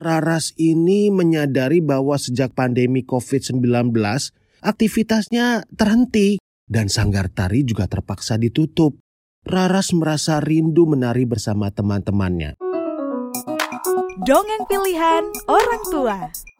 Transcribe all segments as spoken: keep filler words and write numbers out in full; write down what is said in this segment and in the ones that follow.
Raras ini menyadari bahwa sejak pandemi covid sembilan belas, aktivitasnya terhenti dan sanggar tari juga terpaksa ditutup. Raras merasa rindu menari bersama teman-temannya. Dongeng pilihan orang tua.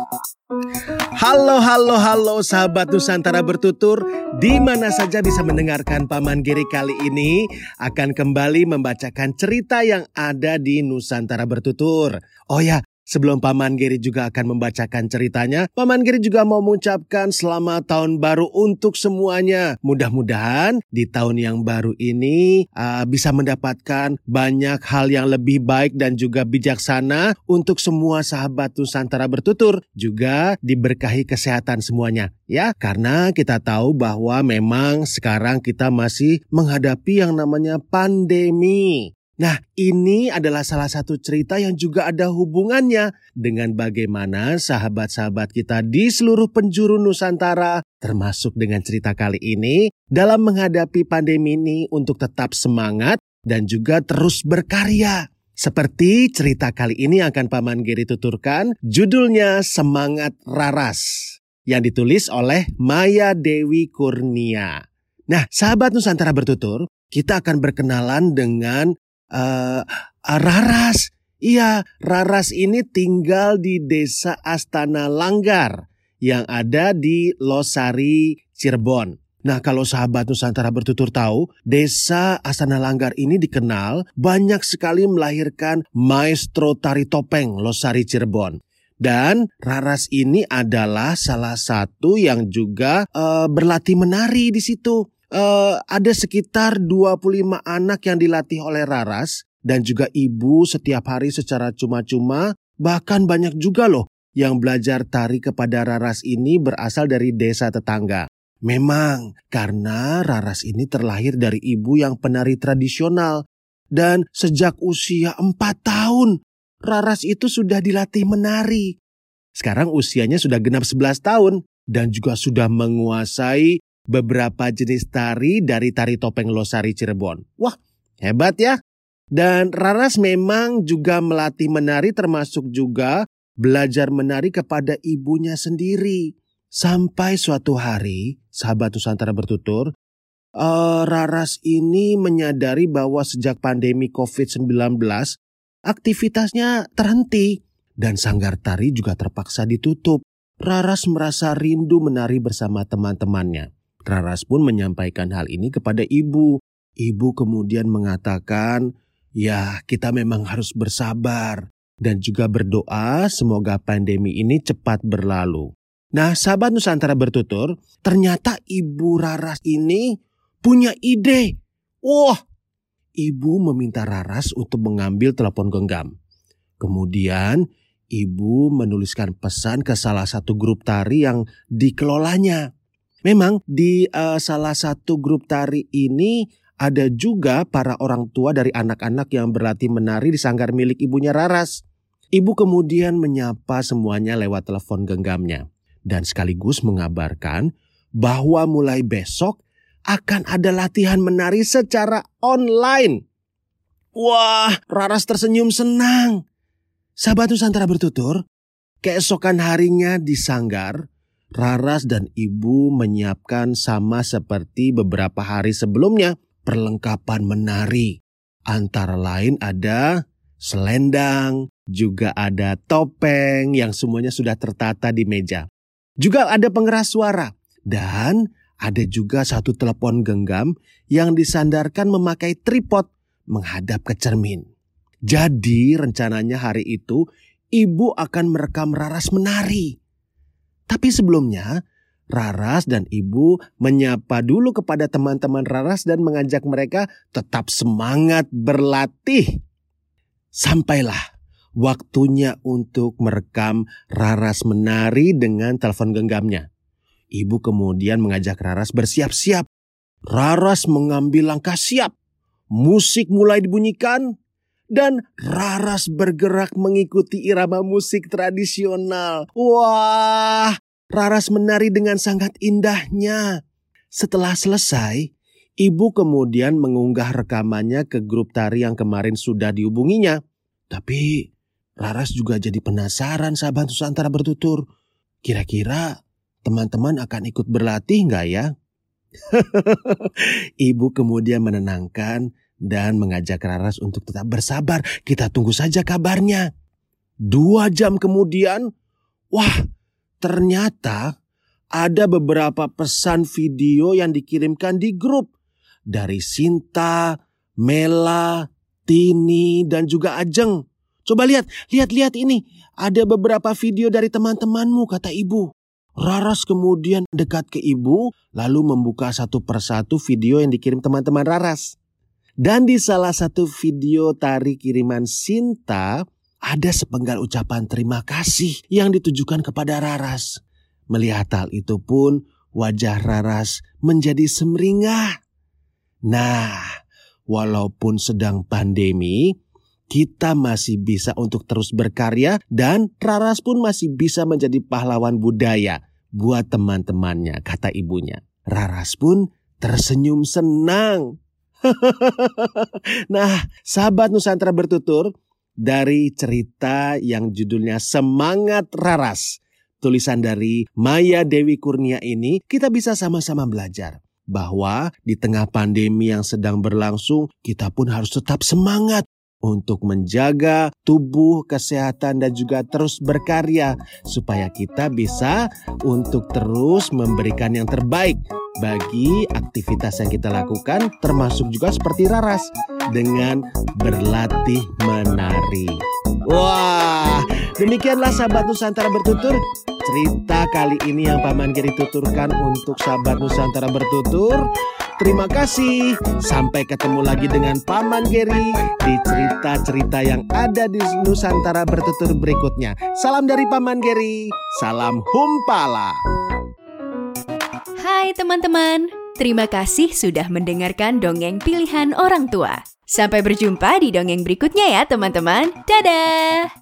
Halo, halo, halo sahabat Nusantara bertutur. Di mana saja bisa mendengarkan Paman Geri kali ini akan kembali membacakan cerita yang ada di Nusantara bertutur. Oh ya, sebelum Paman Geri juga akan membacakan ceritanya, Paman Geri juga mau mengucapkan selamat tahun baru untuk semuanya. Mudah-mudahan di tahun yang baru ini uh, bisa mendapatkan banyak hal yang lebih baik dan juga bijaksana untuk semua sahabat Nusantara bertutur. Juga diberkahi kesehatan semuanya ya. Karena kita tahu bahwa memang sekarang kita masih menghadapi yang namanya pandemi. Nah, ini adalah salah satu cerita yang juga ada hubungannya dengan bagaimana sahabat-sahabat kita di seluruh penjuru Nusantara, termasuk dengan cerita kali ini, dalam menghadapi pandemi ini untuk tetap semangat dan juga terus berkarya. Seperti cerita kali ini akan Paman Geri tuturkan, judulnya Semangat Raras, yang ditulis oleh Maya Dewi Kurnia. Nah, sahabat Nusantara bertutur, kita akan berkenalan dengan Uh, Raras. Iya, Raras ini tinggal di desa Astana Langgar yang ada di Losari, Cirebon. Nah, kalau sahabat Nusantara bertutur tahu, desa Astana Langgar ini dikenal banyak sekali melahirkan maestro tari topeng Losari Cirebon. Dan Raras ini adalah salah satu yang juga uh, berlatih menari di situ. Uh, ada sekitar dua puluh lima anak yang dilatih oleh Raras dan juga ibu setiap hari secara cuma-cuma. Bahkan banyak juga loh yang belajar tari kepada Raras ini berasal dari desa tetangga. Memang karena Raras ini terlahir dari ibu yang penari tradisional. Dan sejak usia empat tahun Raras itu sudah dilatih menari. Sekarang usianya sudah genap sebelas tahun dan juga sudah menguasai beberapa jenis tari dari tari topeng Losari Cirebon. Wah, hebat ya. Dan Raras memang juga melatih menari termasuk juga belajar menari kepada ibunya sendiri. Sampai suatu hari, sahabat Nusantara bertutur, uh, Raras ini menyadari bahwa sejak pandemi covid sembilan belas, aktivitasnya terhenti dan sanggar tari juga terpaksa ditutup. Raras merasa rindu menari bersama teman-temannya. Raras pun menyampaikan hal ini kepada ibu. Ibu kemudian mengatakan, ya kita memang harus bersabar dan juga berdoa semoga pandemi ini cepat berlalu. Nah, sahabat Nusantara bertutur, ternyata ibu Raras ini punya ide. Wah, ibu meminta Raras untuk mengambil telepon genggam. Kemudian ibu menuliskan pesan ke salah satu grup tari yang dikelolanya. Memang di uh, salah satu grup tari ini ada juga para orang tua dari anak-anak yang berlatih menari di sanggar milik ibunya Raras. Ibu kemudian menyapa semuanya lewat telepon genggamnya dan sekaligus mengabarkan bahwa mulai besok akan ada latihan menari secara online. Wah, Raras tersenyum senang. Sahabat Nusantara bertutur, keesokan harinya di sanggar, Raras dan ibu menyiapkan sama seperti beberapa hari sebelumnya perlengkapan menari. Antara lain ada selendang, juga ada topeng yang semuanya sudah tertata di meja. Juga ada pengeras suara dan ada juga satu telepon genggam yang disandarkan memakai tripod menghadap ke cermin. Jadi rencananya hari itu ibu akan merekam Raras menari. Tapi sebelumnya, Raras dan ibu menyapa dulu kepada teman-teman Raras dan mengajak mereka tetap semangat berlatih. Sampailah waktunya untuk merekam Raras menari dengan telepon genggamnya. Ibu kemudian mengajak Raras bersiap-siap. Raras mengambil langkah siap. Musik mulai dibunyikan. Dan Raras bergerak mengikuti irama musik tradisional. Wah, Raras menari dengan sangat indahnya. Setelah selesai, ibu kemudian mengunggah rekamannya ke grup tari yang kemarin sudah dihubunginya. Tapi Raras juga jadi penasaran sahabat Nusantara bertutur. Kira-kira teman-teman akan ikut berlatih nggak ya? Ibu kemudian menenangkan dan mengajak Raras untuk tetap bersabar. Kita tunggu saja kabarnya. Dua jam kemudian, wah ternyata ada beberapa pesan video yang dikirimkan di grup. Dari Sinta, Mela, Tini, dan juga Ajeng. Coba lihat, lihat-lihat ini. Ada beberapa video dari teman-temanmu, kata ibu. Raras kemudian dekat ke ibu, lalu membuka satu persatu video yang dikirim teman-teman Raras. Dan di salah satu video tari kiriman Sinta, ada sepenggal ucapan terima kasih yang ditujukan kepada Raras. Melihat hal itu pun, wajah Raras menjadi semeringah. Nah, walaupun sedang pandemi, kita masih bisa untuk terus berkarya dan Raras pun masih bisa menjadi pahlawan budaya buat teman-temannya, kata ibunya. Raras pun tersenyum senang. Nah, sahabat Nusantara bertutur, dari cerita yang judulnya Semangat Raras, tulisan dari Maya Dewi Kurnia ini, kita bisa sama-sama belajar bahwa di tengah pandemi yang sedang berlangsung, kita pun harus tetap semangat untuk menjaga tubuh, kesehatan, dan juga terus berkarya supaya kita bisa untuk terus memberikan yang terbaik bagi aktivitas yang kita lakukan, termasuk juga seperti Raras dengan berlatih menari. Wah, demikianlah sahabat Nusantara bertutur. Cerita kali ini yang Paman Geri tuturkan untuk sahabat Nusantara bertutur. Terima kasih. Sampai ketemu lagi dengan Paman Geri di cerita-cerita yang ada di Nusantara bertutur berikutnya. Salam dari Paman Geri. Salam Humpala. Hai teman-teman. Terima kasih sudah mendengarkan dongeng pilihan orang tua. Sampai berjumpa di dongeng berikutnya ya teman-teman. Dadah.